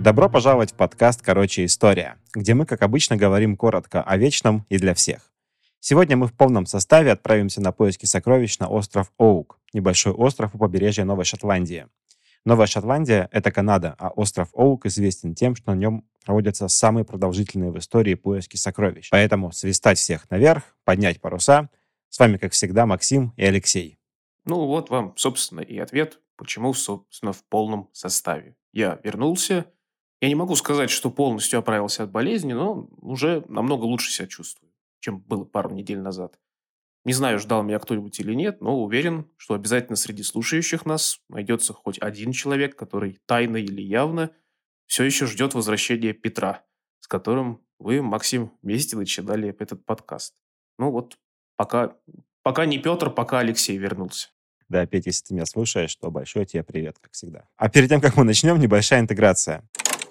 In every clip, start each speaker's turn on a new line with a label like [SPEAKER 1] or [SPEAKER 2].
[SPEAKER 1] Добро пожаловать в подкаст «Короче, история», где мы, как обычно, говорим коротко о вечном и для всех. Сегодня мы в полном составе отправимся на поиски сокровищ на остров Оук, небольшой остров у побережья Новой Шотландии. Новая Шотландия — это Канада, а остров Оук известен тем, что на нем проводятся самые продолжительные в истории поиски сокровищ. Поэтому свистать всех наверх, поднять паруса. С вами, как всегда, Максим и Алексей.
[SPEAKER 2] Ну вот вам, собственно, и ответ, почему, собственно, в полном составе. Я вернулся. Я не могу сказать, что полностью оправился от болезни, но уже намного лучше себя чувствую, чем было пару недель назад. Не знаю, ждал меня кто-нибудь или нет, но уверен, что обязательно среди слушающих нас найдется хоть один человек, который тайно или явно все еще ждет возвращения Петра, с которым вы, Максим, вместе начинали этот подкаст. Ну вот, пока не Петр, пока Алексей вернулся.
[SPEAKER 1] Да, опять, если ты меня слушаешь, то большой тебе привет, как всегда. А перед тем, как мы начнем, небольшая интеграция.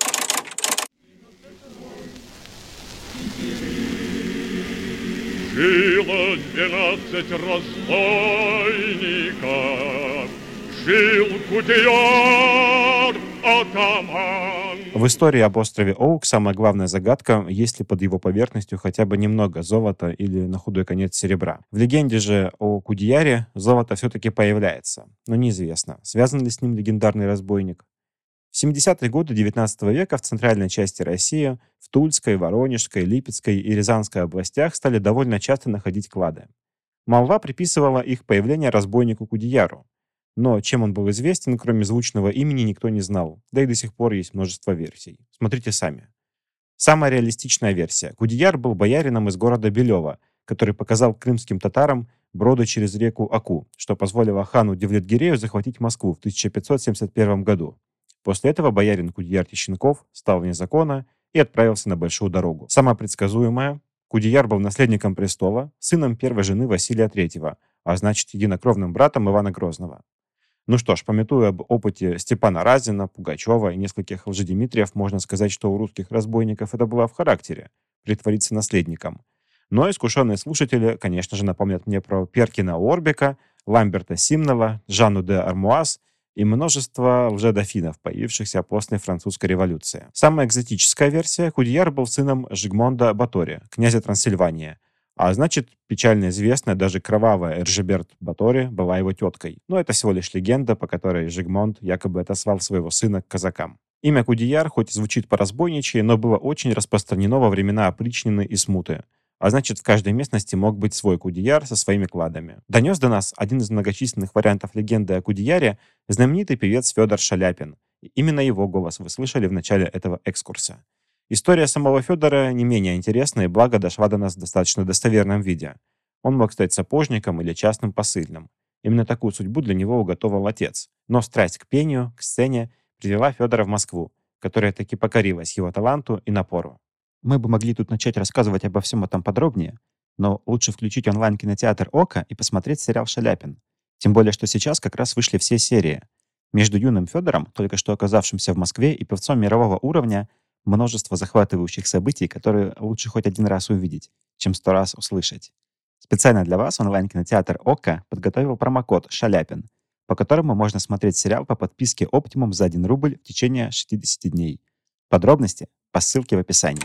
[SPEAKER 3] Жило 12 разбойников, жил Кудеяр атаман.
[SPEAKER 1] В истории об острове Оук самая главная загадка, есть ли под его поверхностью хотя бы немного золота или на худой конец серебра. В легенде же о Кудеяре золото все-таки появляется, но неизвестно, связан ли с ним легендарный разбойник. В 70-е годы XIX века в центральной части России, в Тульской, Воронежской, Липецкой и Рязанской областях стали довольно часто находить клады. Молва приписывала их появление разбойнику Кудеяру. Но чем он был известен, кроме звучного имени, никто не знал. Да и до сих пор есть множество версий. Смотрите сами. Самая реалистичная версия. Кудеяр был боярином из города Белева, который показал крымским татарам броды через реку Аку, что позволило хану Девлет-Гирею захватить Москву в 1571 году. После этого боярин Кудеяр Тищенков стал вне закона и отправился на большую дорогу. Самое предсказуемое. Кудеяр был наследником престола, сыном первой жены Василия III, а значит единокровным братом Ивана Грозного. Ну что ж, памятуя об опыте Степана Разина, Пугачева и нескольких Лжедимитриев, можно сказать, что у русских разбойников это было в характере — притвориться наследником. Но искушенные слушатели, конечно же, напомнят мне про Перкина Орбика, Ламберта Симнела, Жанну де Армуаз и множество лжедофинов, появившихся после французской революции. Самая экзотическая версия — Кудеяр был сыном Жигмонда Батория, князя Трансильвании, а значит, печально известная, даже кровавая Эржеберт Батори была его теткой. Но это всего лишь легенда, по которой Жигмонд якобы отослал своего сына к казакам. Имя Кудеяр хоть и звучит по-разбойничьи, но было очень распространено во времена опричнины и смуты. А значит, в каждой местности мог быть свой Кудеяр со своими кладами. Донес до нас один из многочисленных вариантов легенды о Кудеяре знаменитый певец Федор Шаляпин. И именно его голос вы слышали в начале этого экскурса. История самого Федора не менее интересна, и благо дошла до нас в достаточно достоверном виде. Он мог стать сапожником или частным посыльным. Именно такую судьбу для него уготовил отец. Но страсть к пению, к сцене привела Федора в Москву, которая таки покорилась его таланту и напору. Мы бы могли тут начать рассказывать обо всем этом подробнее, но лучше включить онлайн-кинотеатр «Ока» и посмотреть сериал «Шаляпин». Тем более, что сейчас как раз вышли все серии. Между юным Федором, только что оказавшимся в Москве, и певцом мирового уровня, множество захватывающих событий, которые лучше хоть один раз увидеть, чем 100 раз услышать. Специально для вас онлайн-кинотеатр «Ока» подготовил промокод «Шаляпин», по которому можно смотреть сериал по подписке Optimum за 1 рубль в течение 60 дней. Подробности по ссылке в описании.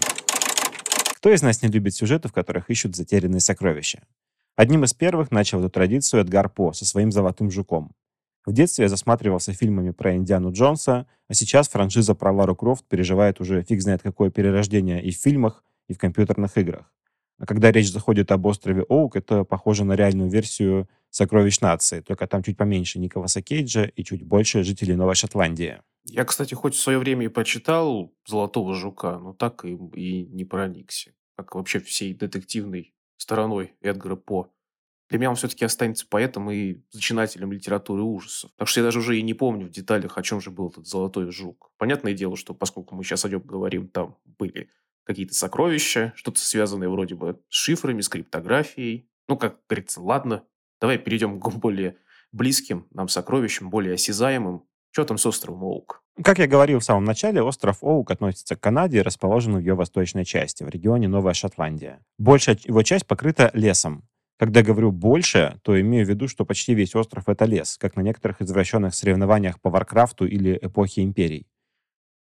[SPEAKER 1] Кто из нас не любит сюжеты, в которых ищут затерянные сокровища? Одним из первых начал эту традицию Эдгар По со своим «Золотым жуком». В детстве я засматривался фильмами про Индиану Джонса, а сейчас франшиза про Лару Крофт переживает уже фиг знает какое перерождение и в фильмах, и в компьютерных играх. А когда речь заходит об острове Оук, это похоже на реальную версию «Сокровищ нации», только там чуть поменьше Николаса Кейджа и чуть больше жителей Новой Шотландии.
[SPEAKER 2] Я, кстати, хоть в свое время и прочитал «Золотого жука», но так и не проникся. Как вообще всей детективной стороной Эдгара По. Для меня он все-таки останется поэтом и зачинателем литературы ужасов. Так что я даже уже и не помню в деталях, о чем же был этот «Золотой жук». Понятное дело, что поскольку мы сейчас о нем говорим, там были какие-то сокровища, что-то связанное вроде бы с шифрами, с криптографией. Ну, как говорится, ладно, давай перейдем к более близким нам сокровищам, более осязаемым. Что там с островом Оук?
[SPEAKER 1] Как я говорил в самом начале, остров Оук относится к Канаде и расположен в ее восточной части, в регионе Новая Шотландия. Большая его часть покрыта лесом. Когда говорю «больше», то имею в виду, что почти весь остров — это лес, как на некоторых извращенных соревнованиях по Варкрафту или эпохе империй.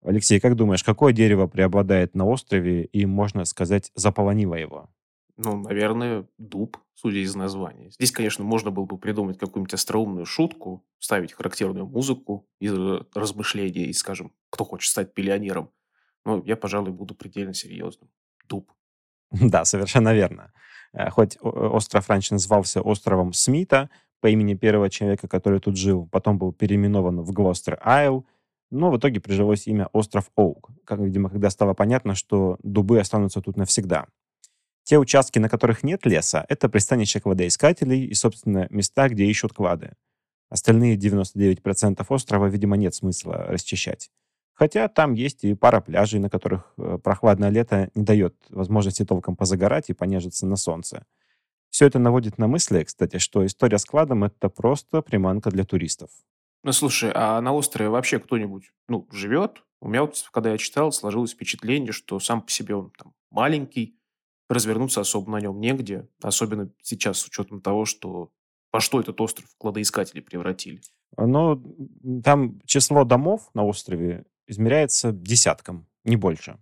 [SPEAKER 1] Алексей, как думаешь, какое дерево преобладает на острове и, можно сказать, заполонило его?
[SPEAKER 2] Ну, наверное, дуб, судя из названия. Здесь, конечно, можно было бы придумать какую-нибудь остроумную шутку, ставить характерную музыку из размышлений и, скажем, кто хочет стать миллионером. Но я, пожалуй, буду предельно серьезным. Дуб.
[SPEAKER 1] Да, совершенно верно. Хоть остров раньше назывался островом Смита по имени первого человека, который тут жил, потом был переименован в Глостер-Айл, но в итоге прижилось имя остров Оук, как, видимо, когда стало понятно, что дубы останутся тут навсегда. Те участки, на которых нет леса, это пристанища кладоискателей и, собственно, места, где ищут клады. Остальные 99% острова, видимо, нет смысла расчищать. Хотя там есть и пара пляжей, на которых прохладное лето не дает возможности толком позагорать и понежиться на солнце. Все это наводит на мысли, кстати, что история с кладом — это просто приманка для туристов.
[SPEAKER 2] Ну, слушай, а на острове вообще кто-нибудь, ну, живет? У меня вот, когда я читал, сложилось впечатление, что сам по себе он там маленький, развернуться особо на нем негде, особенно сейчас с учетом того, что во что этот остров кладоискатели превратили.
[SPEAKER 1] Но там число домов на острове измеряется десятком, не больше.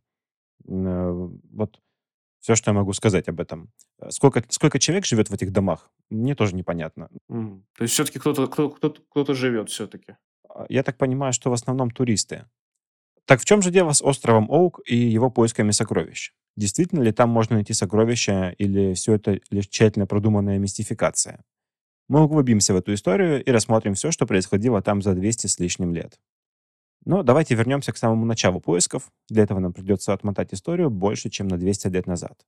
[SPEAKER 1] Вот все, что я могу сказать об этом. Сколько человек живет в этих домах, мне тоже непонятно.
[SPEAKER 2] То есть все-таки кто-то живет все-таки.
[SPEAKER 1] Я так понимаю, что в основном туристы. Так в чем же дело с островом Оук и его поисками сокровищ? Действительно ли там можно найти сокровища или все это лишь тщательно продуманная мистификация? Мы углубимся в эту историю и рассмотрим все, что происходило там за 200 с лишним лет. Но давайте вернемся к самому началу поисков. Для этого нам придется отмотать историю больше, чем на 200 лет назад.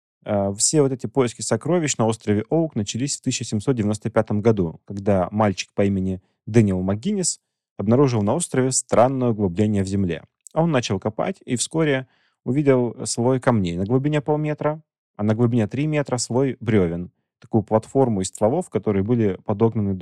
[SPEAKER 1] Все вот эти поиски сокровищ на острове Оук начались в 1795 году, когда мальчик по имени Дэниел МcГиннис обнаружил на острове странное углубление в земле. Он начал копать и вскоре увидел слой камней на глубине полметра, а на глубине 3 метра слой бревен, такую платформу из стволов, которые были подогнаны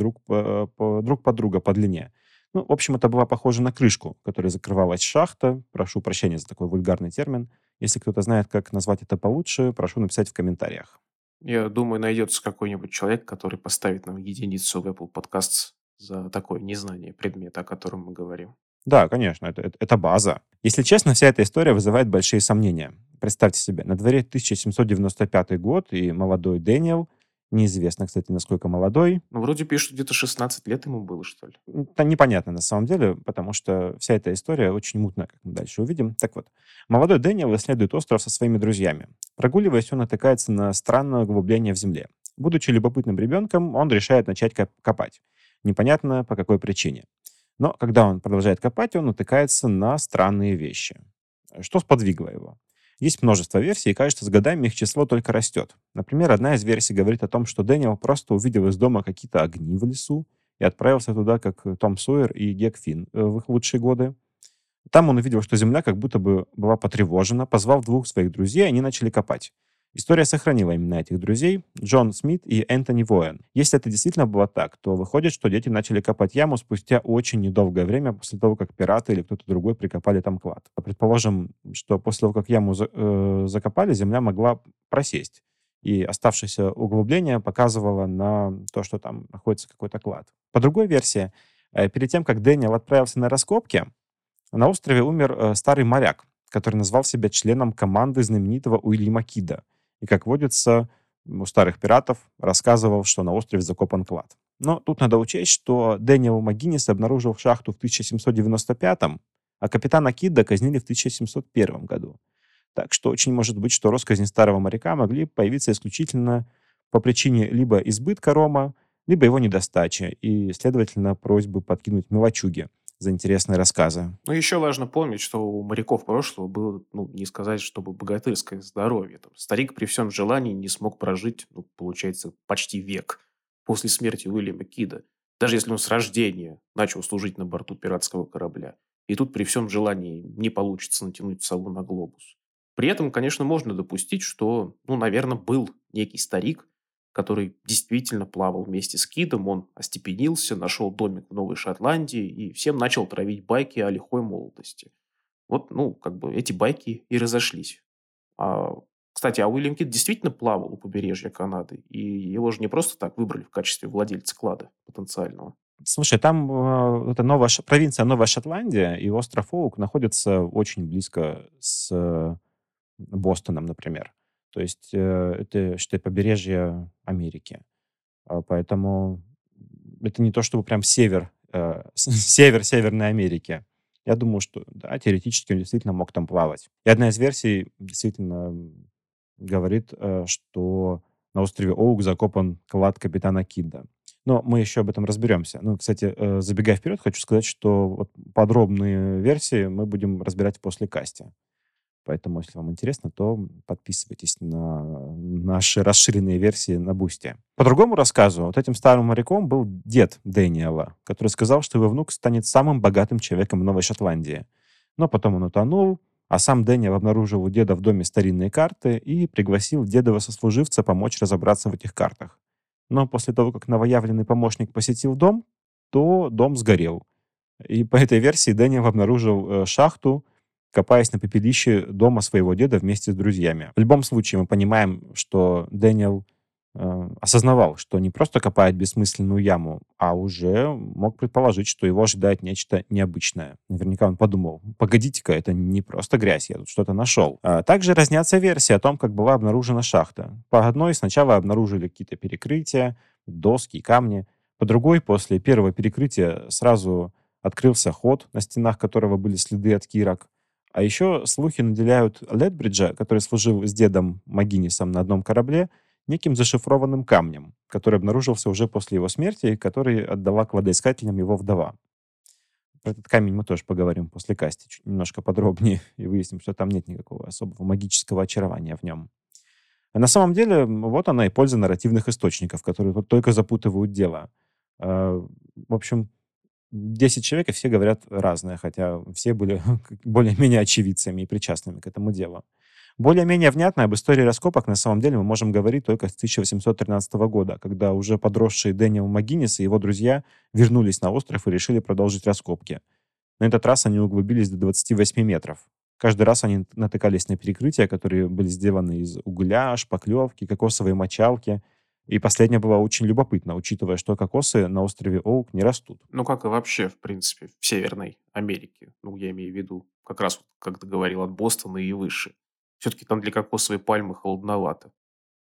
[SPEAKER 1] друг под друга по длине. Ну, в общем, это было похоже на крышку, которой закрывалась шахта. Прошу прощения за такой вульгарный термин. Если кто-то знает, как назвать это получше, прошу написать в комментариях.
[SPEAKER 2] Я думаю, найдется какой-нибудь человек, который поставит нам единицу в Apple Podcasts за такое незнание предмета, о котором мы говорим.
[SPEAKER 1] Да, конечно, это база. Если честно, вся эта история вызывает большие сомнения. Представьте себе, на дворе 1795 год, и молодой Дэниел, неизвестно, кстати, насколько молодой,
[SPEAKER 2] Ну, вроде пишут, где-то 16 лет ему было, что ли.
[SPEAKER 1] это непонятно на самом деле, потому что вся эта история очень мутная, как мы дальше увидим. Так вот, молодой Дэниел исследует остров со своими друзьями. Прогуливаясь, он натыкается на странное углубление в земле. Будучи любопытным ребенком, он решает начать копать. Непонятно по какой причине. Но когда он продолжает копать, он натыкается на странные вещи. Что сподвигло его? Есть множество версий, и, кажется, с годами их число только растет. Например, одна из версий говорит о том, что Дэниел просто увидел из дома какие-то огни в лесу и отправился туда, как Том Сойер и Гек Финн в их лучшие годы. Там он увидел, что земля как будто бы была потревожена, позвал двух своих друзей, и они начали копать. История сохранила имена этих друзей — Джон Смит и Энтони Воэн. Если это действительно было так, то выходит, что дети начали копать яму спустя очень недолгое время после того, как пираты или кто-то другой прикопали там клад. Предположим, что после того, как яму закопали, земля могла просесть. И оставшееся углубление показывало на то, что там находится какой-то клад. По другой версии, перед тем, как Дэниел отправился на раскопки, на острове умер старый моряк, который назвал себя членом команды знаменитого Уильяма Кида. И, как водится, у старых пиратов рассказывал, что на острове закопан клад. Но тут надо учесть, что Дэниел МcГиннис обнаружил шахту в 1795, а капитана Кидда казнили в 1701 году. Так что очень может быть, что россказни старого моряка могли появиться исключительно по причине либо избытка рома, либо его недостачи, и, следовательно, просьбы подкинуть мелочуги за интересные рассказы.
[SPEAKER 2] Ну, еще важно помнить, что у моряков прошлого было, ну, не сказать, чтобы богатырское здоровье. Там, старик при всем желании не смог прожить, ну, получается, почти век после смерти Уильяма Кида. Даже если он с рождения начал служить на борту пиратского корабля. И тут при всем желании не получится натянуть сову на глобус. При этом, конечно, можно допустить, что, ну, наверное, был некий старик, который действительно плавал вместе с Кидом, он остепенился, нашел домик в Новой Шотландии и всем начал травить байки о лихой молодости. Вот, ну, как бы эти байки и разошлись. А, кстати, а Уильям Кид действительно плавал у побережья Канады, и его же не просто так выбрали в качестве владельца клада потенциального.
[SPEAKER 1] Слушай, там это провинция Новая Шотландия и остров Оук находятся очень близко с Бостоном, например. То есть это, считай, побережье Америки. Поэтому это не то, чтобы прям север, север Северной Америки. Я думаю, что да, теоретически он действительно мог там плавать. И одна из версий действительно говорит, что на острове Оук закопан клад капитана Кидда. Но мы еще об этом разберемся. Ну, кстати, забегая вперед, хочу сказать, что вот подробные версии мы будем разбирать после касти. Поэтому, если вам интересно, то подписывайтесь на наши расширенные версии на Бусти. По другому рассказу, вот этим старым моряком был дед Дэниела, который сказал, что его внук станет самым богатым человеком в Новой Шотландии. Но потом он утонул, а сам Дэниел обнаружил у деда в доме старинные карты и пригласил дедова сослуживца помочь разобраться в этих картах. Но после того, как новоявленный помощник посетил дом, то дом сгорел. И по этой версии Дэниел обнаружил шахту, копаясь на пепелище дома своего деда вместе с друзьями. В любом случае, мы понимаем, что Дэниел осознавал, что не просто копает бессмысленную яму, а уже мог предположить, что его ожидает нечто необычное. Наверняка он подумал, погодите-ка, это не просто грязь, я тут что-то нашел. Также разнятся версии о том, как была обнаружена шахта. По одной сначала обнаружили какие-то перекрытия, доски, камни. По другой, после первого перекрытия сразу открылся ход, на стенах которого были следы от кирок. А еще слухи наделяют Летбриджа, который служил с дедом Магиннисом на одном корабле, неким зашифрованным камнем, который обнаружился уже после его смерти и который отдала кладоискателям его вдова. Про этот камень мы тоже поговорим после касти чуть немножко подробнее и выясним, что там нет никакого особого магического очарования в нем. А на самом деле, вот она и польза нарративных источников, которые вот только запутывают дело. В общем, 10 человек, и все говорят разное, хотя все были более-менее очевидцами и причастными к этому делу. Более-менее внятно об истории раскопок на самом деле мы можем говорить только с 1813 года, когда уже подросший Дэниел Магиннис и его друзья вернулись на остров и решили продолжить раскопки. На этот раз они углубились до 28 метров. Каждый раз они натыкались на перекрытия, которые были сделаны из угля, шпаклевки, кокосовой мочалки. И последнее было очень любопытно, учитывая, что кокосы на острове Оук не растут.
[SPEAKER 2] Ну, как и вообще, в принципе, в Северной Америке. Ну, я имею в виду как раз, вот, как ты говорил, от Бостона и выше. Все-таки там для кокосовой пальмы холодновато.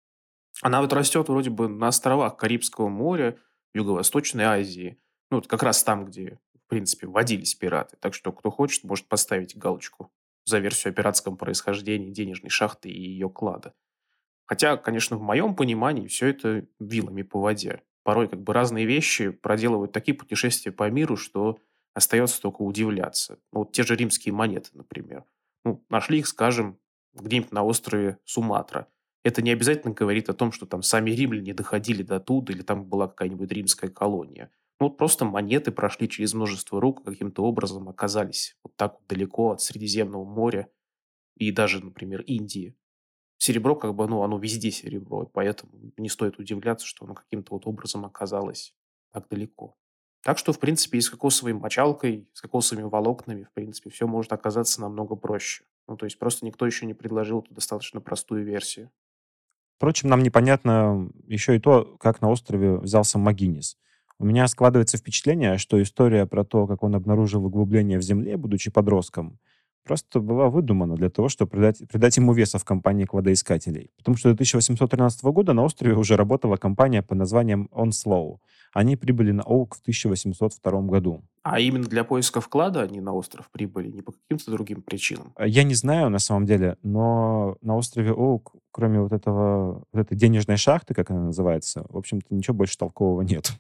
[SPEAKER 2] Она вот растет вроде бы на островах Карибского моря, в Юго-Восточной Азии. Ну, вот как раз там, где, в принципе, водились пираты. Так что, кто хочет, может поставить галочку за версию о пиратском происхождении денежной шахты и ее клада. Хотя, конечно, в моем понимании все это вилами по воде. Порой как бы разные вещи проделывают такие путешествия по миру, что остается только удивляться. Ну, вот те же римские монеты, например. Ну, нашли их, скажем, где-нибудь на острове Суматра. Это не обязательно говорит о том, что там сами римляне доходили до туда, или там была какая-нибудь римская колония. Ну, вот просто монеты прошли через множество рук, каким-то образом оказались вот так вот далеко от Средиземного моря и даже, например, Индии. Серебро, как бы, ну, оно везде серебро, и поэтому не стоит удивляться, что оно каким-то вот образом оказалось так далеко. Так что, в принципе, и с кокосовой мочалкой, с кокосовыми волокнами, в принципе, все может оказаться намного проще. Ну, то есть просто никто еще не предложил эту достаточно простую версию.
[SPEAKER 1] Впрочем, нам непонятно еще и то, как на острове взялся Магиннис. У меня складывается впечатление, что история про то, как он обнаружил углубление в земле, будучи подростком, просто была выдумана для того, чтобы придать ему веса в компании кладоискателей. Потому что до 1813 года на острове уже работала компания под названием Onslow. Они прибыли на Оук в 1802 году.
[SPEAKER 2] А именно для поиска вклада они на остров прибыли, не по каким-то другим причинам.
[SPEAKER 1] Я не знаю на самом деле, но на острове Оук, кроме вот этой денежной шахты, как она называется, в общем-то, ничего больше толкового нет.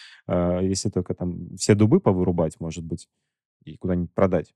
[SPEAKER 1] Если только там все дубы повырубать, может быть, и куда-нибудь продать.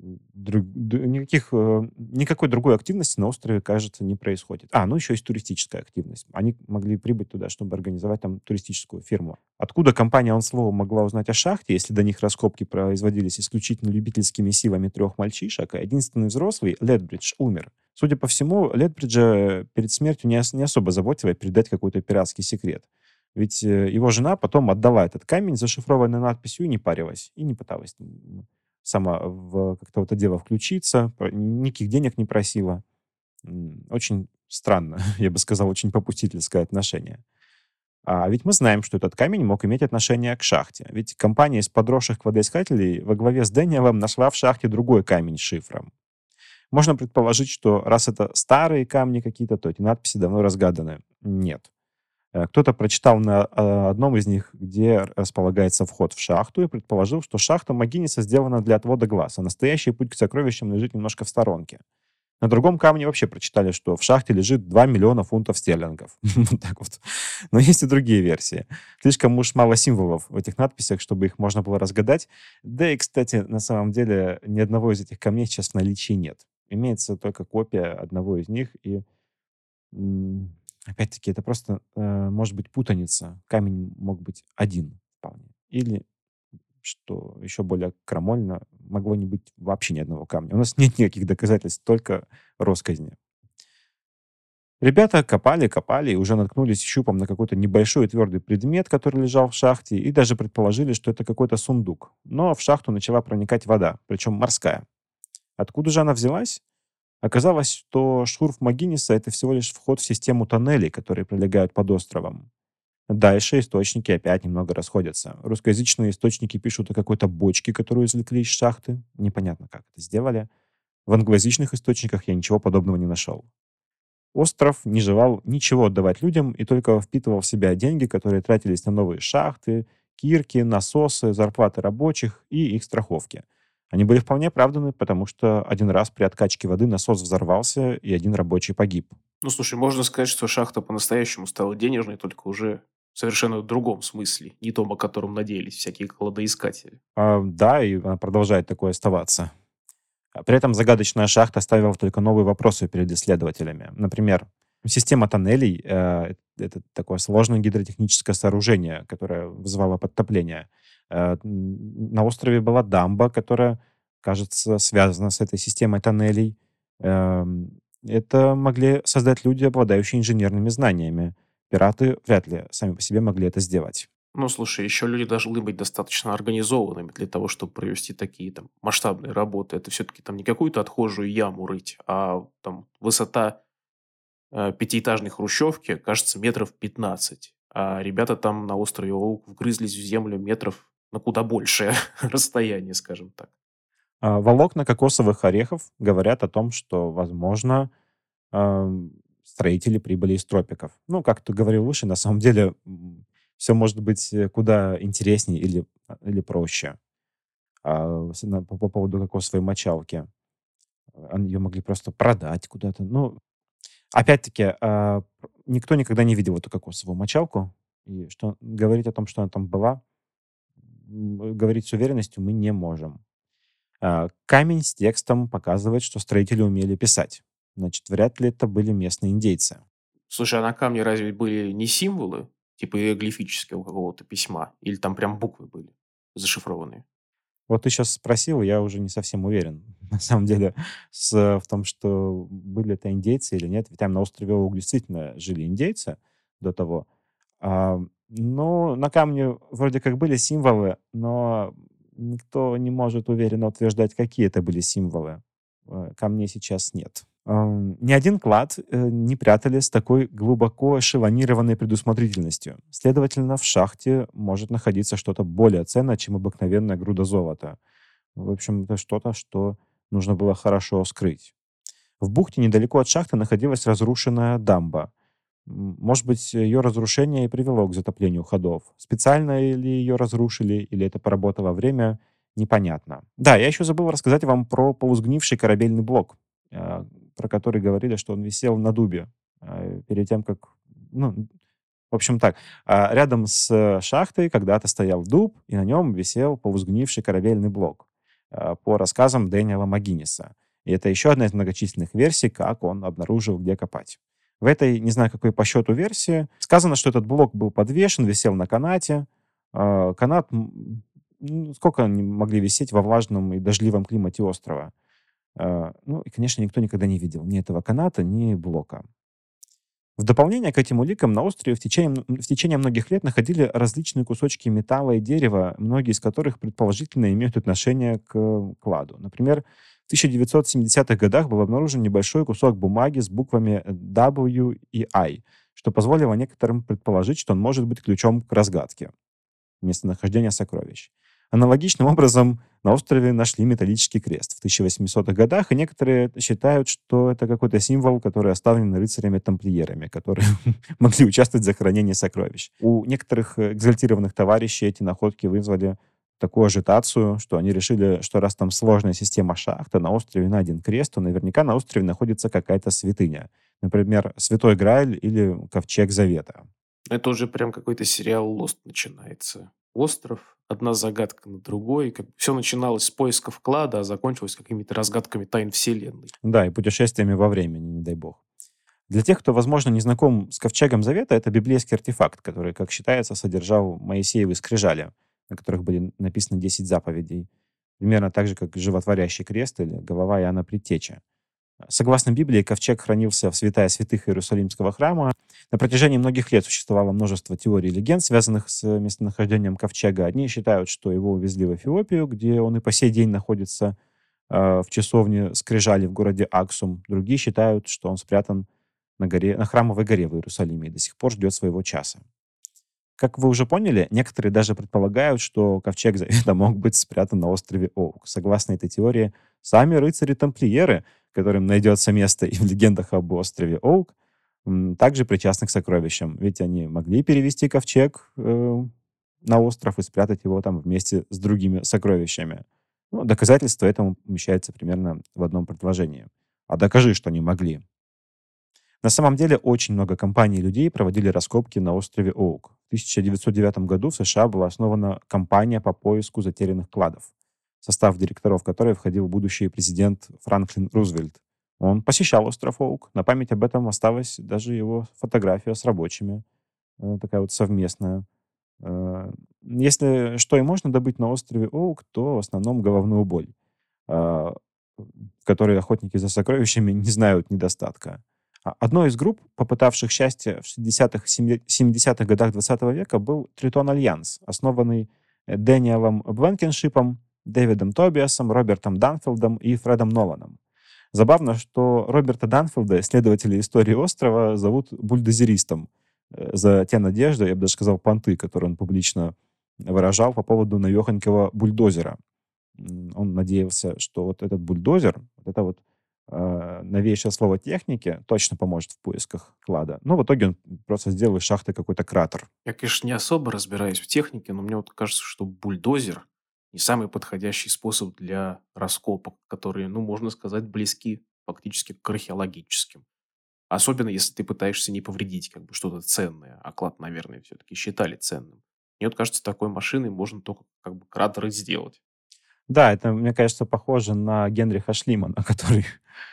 [SPEAKER 1] Никакой другой активности на острове, кажется, не происходит. Ну еще есть туристическая активность. Они могли прибыть туда, чтобы организовать там туристическую фирму. Откуда компания Onslow могла узнать о шахте, если до них раскопки производились исключительно любительскими силами 3 мальчишек, а единственный взрослый, Летбридж, умер? Судя по всему, Летбриджа перед смертью не особо заботило передать какой-то пиратский секрет. Ведь его жена потом отдала этот камень, зашифрованный надписью, и не парилась, и не пыталась сама как-то в это дело включиться, никаких денег не просила. Очень странно, я бы сказал, очень попустительское отношение. А ведь мы знаем, что этот камень мог иметь отношение к шахте. Ведь компания из подросших кладоискателей во главе с Дэниелом нашла в шахте другой камень с шифром. Можно предположить, что раз это старые камни какие-то, то эти надписи давно разгаданы. Нет. Кто-то прочитал на одном из них, где располагается вход в шахту, и предположил, что шахта Магинниса сделана для отвода глаз, а настоящий путь к сокровищам лежит немножко в сторонке. На другом камне вообще прочитали, что в шахте лежит 2 миллиона фунтов стерлингов. Вот так вот. Но есть и другие версии. Слишком уж мало символов в этих надписях, чтобы их можно было разгадать. Да и, кстати, на самом деле ни одного из этих камней сейчас в наличии нет. Имеется только копия одного из них, и опять-таки это просто может быть путаница. Камень мог быть один вполне. Или, что еще более крамольно, могло не быть вообще ни одного камня. У нас нет никаких доказательств, только россказни. Ребята копали и уже наткнулись щупом на какой-то небольшой твердый предмет, который лежал в шахте, и даже предположили, что это какой-то сундук. Но в шахту начала проникать вода, причем морская. Откуда же она взялась? Оказалось, что шурф Магинниса — это всего лишь вход в систему тоннелей, которые пролегают под островом. Дальше источники опять немного расходятся. Русскоязычные источники пишут о какой-то бочке, которую извлекли из шахты. Непонятно, как это сделали. В англоязычных источниках я ничего подобного не нашел. Остров не желал ничего отдавать людям и только впитывал в себя деньги, которые тратились на новые шахты, кирки, насосы, зарплаты рабочих и их страховки. Они были вполне оправданы, потому что один раз при откачке воды насос взорвался, и один рабочий погиб.
[SPEAKER 2] Ну, слушай, можно сказать, что шахта по-настоящему стала денежной, только уже в совершенно другом смысле, не том, о котором надеялись всякие кладоискатели.
[SPEAKER 1] Да, и она продолжает такое оставаться. При этом загадочная шахта ставила только новые вопросы перед исследователями. Например, система тоннелей это такое сложное гидротехническое сооружение, которое вызывало подтопление. На острове была дамба, которая, кажется, связана с этой системой тоннелей. Это могли создать люди, обладающие инженерными знаниями. Пираты вряд ли сами по себе могли это сделать.
[SPEAKER 2] Ну, слушай, еще люди должны быть достаточно организованными для того, чтобы провести такие там масштабные работы. Это все-таки там не какую-то отхожую яму рыть, а там высота пятиэтажной хрущевки, кажется, метров 15. А ребята там на острове Оук вгрызлись в землю метров на куда большее расстояние, скажем так.
[SPEAKER 1] Волокна кокосовых орехов говорят о том, что, возможно, строители прибыли из тропиков. Ну, как ты говорил выше, на самом деле все может быть куда интереснее или проще. По поводу кокосовой мочалки. Ее могли просто продать куда-то. Ну, опять-таки, никто никогда не видел эту кокосовую мочалку. И что говорить о том, что она там была, говорить с уверенностью мы не можем. Камень с текстом показывает, что строители умели писать. Значит, вряд ли это были местные индейцы.
[SPEAKER 2] Слушай, а на камне разве были не символы, типа иероглифического какого-то письма? Или там прям буквы были зашифрованные?
[SPEAKER 1] Вот ты сейчас спросил, я уже не совсем уверен, на самом деле, в том, что были это индейцы или нет. Ведь там на острове Оук действительно жили индейцы до того. Но на камне вроде как были символы, но никто не может уверенно утверждать, какие это были символы. Камней сейчас нет. Ни один клад не прятали с такой глубоко эшелонированной предусмотрительностью. Следовательно, в шахте может находиться что-то более ценное, чем обыкновенная груда золота. В общем, это что-то, что нужно было хорошо скрыть. В бухте недалеко от шахты находилась разрушенная дамба. Может быть, ее разрушение и привело к затоплению ходов. Специально ли ее разрушили, или это поработало время, непонятно. Да, я еще забыл рассказать вам про полусгнивший корабельный блок, про который говорили, что он висел на дубе перед тем, как... Ну, в общем так, рядом с шахтой когда-то стоял дуб, и на нем висел полусгнивший корабельный блок, по рассказам Дэниела Магинниса. И это еще одна из многочисленных версий, как он обнаружил, где копать. В этой, не знаю, какой по счету версии, сказано, что этот блок был подвешен, висел на канате. Канат... Сколько они могли висеть во влажном и дождливом климате острова? Ну, и, конечно, никто никогда не видел ни этого каната, ни блока. В дополнение к этим уликам на острове в течение многих лет находили различные кусочки металла и дерева, многие из которых предположительно имеют отношение к кладу. Например, в В 1970-х годах был обнаружен небольшой кусок бумаги с буквами W и I, что позволило некоторым предположить, что он может быть ключом к разгадке местонахождения сокровищ. Аналогичным образом на острове нашли металлический крест в 1800-х годах, и некоторые считают, что это какой-то символ, который оставлен рыцарями-тамплиерами, которые могли участвовать в захоронении сокровищ. У некоторых экзальтированных товарищей эти находки вызвали такую ажитацию, что они решили, что раз там сложная система шахт, а на острове найден крест, то наверняка на острове находится какая-то святыня. Например, Святой Грааль или Ковчег Завета.
[SPEAKER 2] Это уже прям какой-то сериал «Лост» начинается. Остров, одна загадка на другой. Все начиналось с поисков клада, а закончилось какими-то разгадками тайн вселенной.
[SPEAKER 1] Да, и путешествиями во времени, не дай бог. Для тех, кто, возможно, не знаком с Ковчегом Завета, это библейский артефакт, который, как считается, содержал Моисеевы скрижали, на которых были написаны 10 заповедей. Примерно так же, как животворящий крест или голова Иоанна Предтеча. Согласно Библии, ковчег хранился в святая святых Иерусалимского храма. На протяжении многих лет существовало множество теорий и легенд, связанных с местонахождением ковчега. Одни считают, что его увезли в Эфиопию, где он и по сей день находится в часовне Скрижали в городе Аксум. Другие считают, что он спрятан на Храмовой горе в Иерусалиме и до сих пор ждет своего часа. Как вы уже поняли, некоторые даже предполагают, что ковчег Завета мог быть спрятан на острове Оук. Согласно этой теории, сами рыцари-тамплиеры, которым найдется место и в легендах об острове Оук, также причастны к сокровищам. Ведь они могли перевести ковчег на остров и спрятать его там вместе с другими сокровищами. Ну, доказательство этому умещается примерно в одном предложении. А докажи, что не могли. На самом деле, очень много компаний и людей проводили раскопки на острове Оук. В 1909 году в США была основана компания по поиску затерянных кладов, в состав директоров которой входил будущий президент Франклин Рузвельт. Он посещал остров Оук. На память об этом осталась даже его фотография с рабочими, такая вот совместная. Если что и можно добыть на острове Оук, то в основном головную боль, в которой охотники за сокровищами не знают недостатка. Одной из групп, попытавших счастье в 60-х, 70-х годах 20 века, был Тритон Альянс, основанный Дэниелом Бленкеншипом, Дэвидом Тобиасом, Робертом Данфилдом и Фредом Ноланом. Забавно, что Роберта Данфилда, исследователи истории острова, зовут бульдозеристом за те надежды, я бы даже сказал, понты, которые он публично выражал по поводу навехонького бульдозера. Он надеялся, что вот этот бульдозер, вот это вот новейшее слово техники точно поможет в поисках клада. Но в итоге он просто сделал из шахты какой-то кратер.
[SPEAKER 2] Я, конечно, не особо разбираюсь в технике, но мне вот кажется, что бульдозер не самый подходящий способ для раскопок, которые, можно сказать, близки фактически к археологическим. Особенно, если ты пытаешься не повредить что-то ценное. А клад, наверное, все-таки считали ценным. Мне вот кажется, такой машиной можно только кратеры сделать.
[SPEAKER 1] Да, это, мне кажется, похоже на Генриха Шлимана, который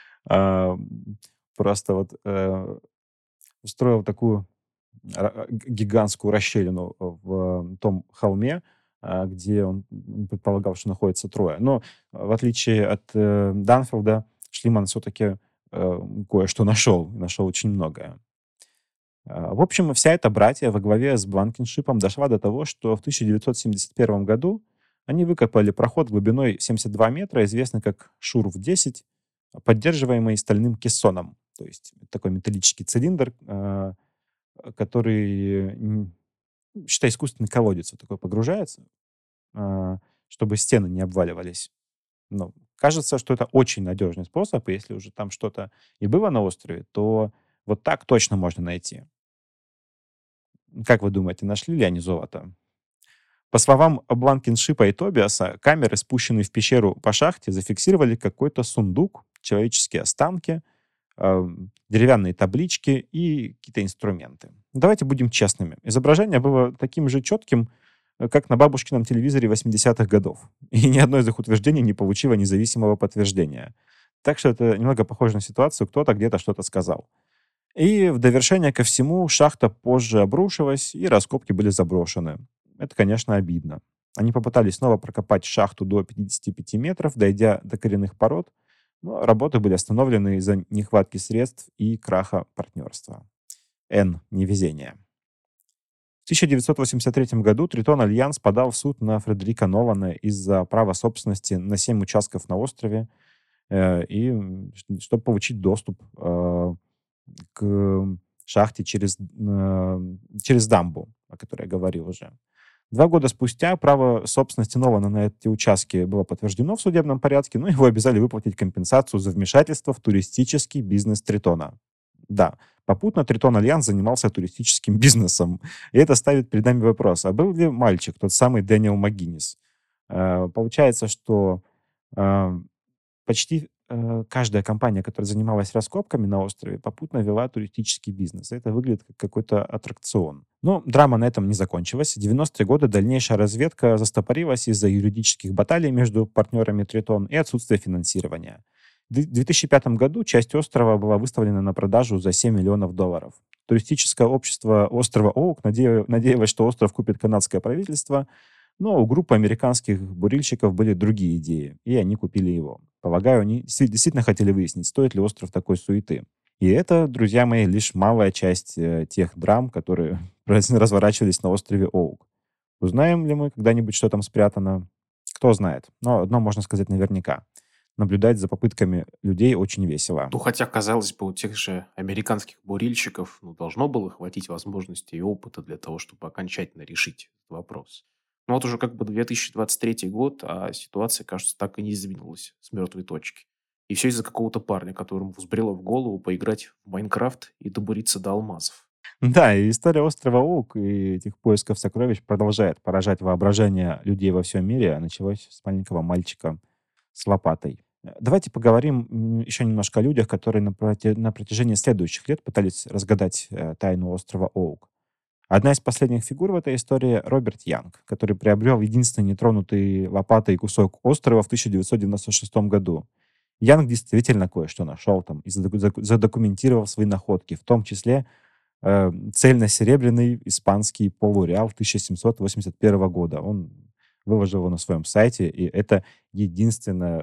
[SPEAKER 1] просто устроил такую гигантскую расщелину в том холме, где он предполагал, что находится Троя. Но в отличие от Данфилда, Шлиман все-таки кое-что нашел. Нашел очень многое. В общем, вся эта братья во главе с Бланкеншипом дошла до того, что в 1971 году они выкопали проход глубиной 72 метра, известный как Шурф-10, поддерживаемый стальным кессоном. То есть такой металлический цилиндр, который, считай, искусственный колодец вот такой погружается, чтобы стены не обваливались. Но кажется, что это очень надежный способ, и если уже там что-то и было на острове, то вот так точно можно найти. Как вы думаете, нашли ли они золото? По словам Бланкеншипа и Тобиаса, камеры, спущенные в пещеру по шахте, зафиксировали какой-то сундук, человеческие останки, деревянные таблички и какие-то инструменты. Давайте будем честными. Изображение было таким же четким, как на бабушкином телевизоре 80-х годов. И ни одно из их утверждений не получило независимого подтверждения. Так что это немного похоже на ситуацию, кто-то где-то что-то сказал. И в довершение ко всему шахта позже обрушилась, и раскопки были заброшены. Это, конечно, обидно. Они попытались снова прокопать шахту до 55 метров, дойдя до коренных пород, но работы были остановлены из-за нехватки средств и краха партнерства. Невезение. В 1983 году Тритон Альянс подал в суд на Фредерика Нолана из-за права собственности на 7 участков на острове чтобы получить доступ к шахте через дамбу, о которой я говорил уже. 2 года спустя право собственности Нолана на эти участки было подтверждено в судебном порядке, но его обязали выплатить компенсацию за вмешательство в туристический бизнес Тритона. Да, попутно Тритон Альянс занимался туристическим бизнесом. И это ставит перед нами вопрос, а был ли мальчик, тот самый Дэниел МакГиннис? Получается, что э, почти каждая компания, которая занималась раскопками на острове, попутно вела туристический бизнес. Это выглядит как какой-то аттракцион. Но драма на этом не закончилась. В 90-е годы дальнейшая разведка застопорилась из-за юридических баталий между партнерами Тритон и отсутствия финансирования. В 2005 году часть острова была выставлена на продажу за $7 миллионов. Туристическое общество острова Оук надеялось, что остров купит канадское правительство, но у группы американских бурильщиков были другие идеи, и они купили его. Полагаю, они действительно хотели выяснить, стоит ли остров такой суеты. И это, друзья мои, лишь малая часть тех драм, которые разворачивались на острове Оук. Узнаем ли мы когда-нибудь, что там спрятано? Кто знает. Но одно можно сказать наверняка. Наблюдать за попытками людей очень весело.
[SPEAKER 2] Ну, хотя, казалось бы, у тех же американских бурильщиков должно было хватить возможности и опыта для того, чтобы окончательно решить этот вопрос. Но вот уже как бы 2023 год, а ситуация, кажется, так и не сдвинулась с мертвой точки. И все из-за какого-то парня, которому взбрело в голову поиграть в Майнкрафт и добуриться до алмазов.
[SPEAKER 1] Да, и история острова Оук и этих поисков сокровищ продолжает поражать воображение людей во всем мире. А началось с маленького мальчика с лопатой. Давайте поговорим еще немножко о людях, которые на протяжении следующих лет пытались разгадать тайну острова Оук. Одна из последних фигур в этой истории — Роберт Янг, который приобрел единственный нетронутый лопатой кусок острова в 1996 году. Янг действительно кое-что нашел там и задокументировал свои находки, в том числе цельно-серебряный испанский полуреал 1781 года. Он выложил его на своем сайте, и это единственное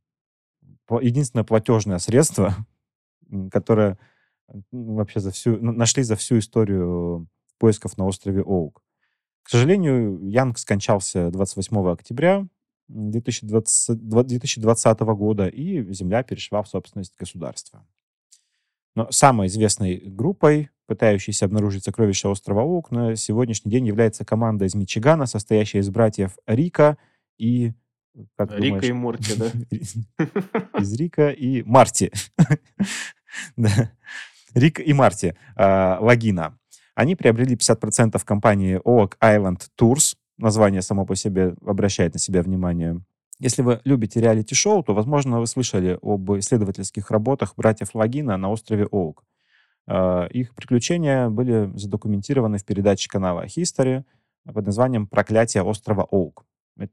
[SPEAKER 1] платежное средство, которое вообще нашли за всю историю поисков на острове Оук. К сожалению, Янг скончался 28 октября 2020 года, и земля перешла в собственность государства. Но самой известной группой, пытающейся обнаружить сокровища острова Оук, на сегодняшний день является команда из Мичигана, состоящая из братьев Рика и... Как
[SPEAKER 2] Рика
[SPEAKER 1] думаешь?
[SPEAKER 2] и Морти, да?
[SPEAKER 1] Из Рика и Марти. Да. Рик и Марти Лагина. Они приобрели 50% компании Oak Island Tours. Название само по себе обращает на себя внимание. Если вы любите реалити-шоу, то, возможно, вы слышали об исследовательских работах братьев Лагина на острове Оук. Их приключения были задокументированы в передаче канала History под названием «Проклятие острова Оук».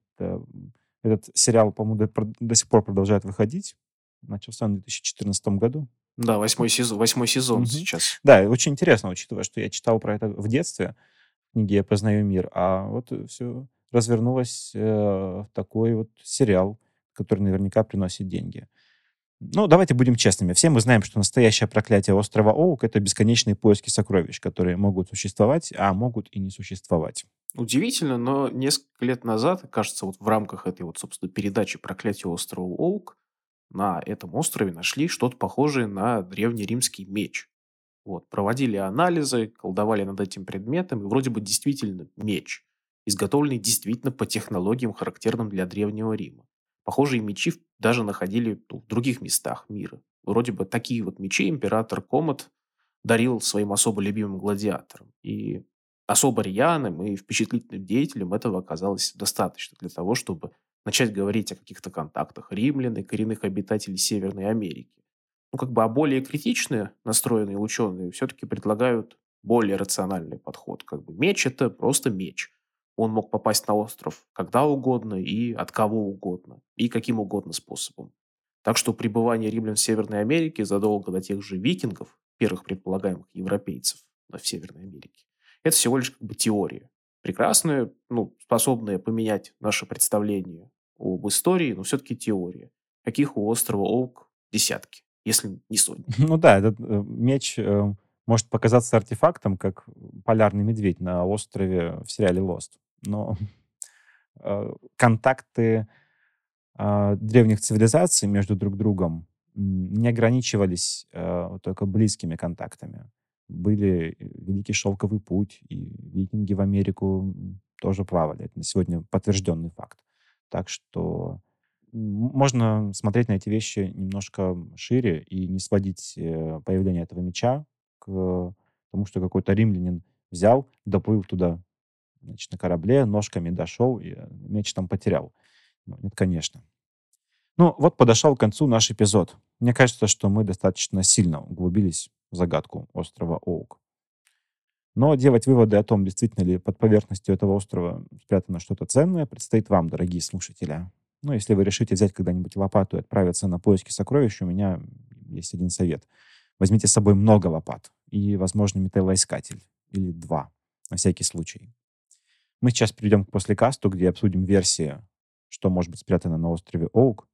[SPEAKER 1] Этот сериал, по-моему, до сих пор продолжает выходить. Начался он в 2014 году.
[SPEAKER 2] Да, восьмой сезон
[SPEAKER 1] Мгм.
[SPEAKER 2] сейчас.
[SPEAKER 1] Да, и очень интересно, учитывая, что я читал про это в детстве, в книге «Я познаю мир», а вот все развернулось в такой вот сериал, который наверняка приносит деньги. Ну, давайте будем честными. Все мы знаем, что настоящее проклятие острова Оук — это бесконечные поиски сокровищ, которые могут существовать, а могут и не существовать.
[SPEAKER 2] Удивительно, но несколько лет назад, кажется, вот в рамках этой вот, собственно, передачи «Проклятие острова Оук» на этом острове нашли что-то похожее на древнеримский меч. Вот, проводили анализы, колдовали над этим предметом, и вроде бы действительно меч, изготовленный действительно по технологиям, характерным для Древнего Рима. Похожие мечи даже находили в других местах мира. Вроде бы такие вот мечи император Комод дарил своим особо любимым гладиаторам. И особо рьяным и впечатлительным деятелям этого оказалось достаточно для того, чтобы начать говорить о каких-то контактах римлян и коренных обитателей Северной Америки. Ну, как бы, а более критично настроенные ученые все-таки предлагают более рациональный подход. Как бы меч – это просто меч. Он мог попасть на остров когда угодно и от кого угодно, и каким угодно способом. Так что пребывание римлян в Северной Америке задолго до тех же викингов, первых предполагаемых европейцев в Северной Америке, это всего лишь как бы теория. Прекрасная, способная поменять наше представление об истории, но все-таки теория. Каких у острова Оук десятки, если не сотни.
[SPEAKER 1] Ну да, этот меч может показаться артефактом, как полярный медведь на острове в сериале Lost. Но контакты древних цивилизаций между друг другом не ограничивались только близкими контактами. Были Великий Шелковый путь, и викинги в Америку тоже плавали. Это на сегодня подтвержденный факт. Так что можно смотреть на эти вещи немножко шире и не сводить появление этого меча к тому, что какой-то римлянин взял, доплыл туда, значит, на корабле, ножками дошел и меч там потерял. Ну, нет, конечно. Ну, вот подошел к концу наш эпизод. Мне кажется, что мы достаточно сильно углубились в загадку острова Оук. Но делать выводы о том, действительно ли под поверхностью этого острова спрятано что-то ценное, предстоит вам, дорогие слушатели. Ну, если вы решите взять когда-нибудь лопату и отправиться на поиски сокровищ, у меня есть один совет. Возьмите с собой много лопат и, возможно, металлоискатель. Или 2, на всякий случай. Мы сейчас перейдем к послекасту, где обсудим версии, что может быть спрятано на острове Оук,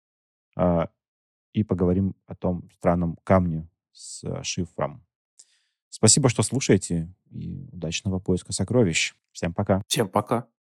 [SPEAKER 1] и поговорим о том странном камне с шифром. Спасибо, что слушаете, и удачного поиска сокровищ. Всем пока.
[SPEAKER 2] Всем пока.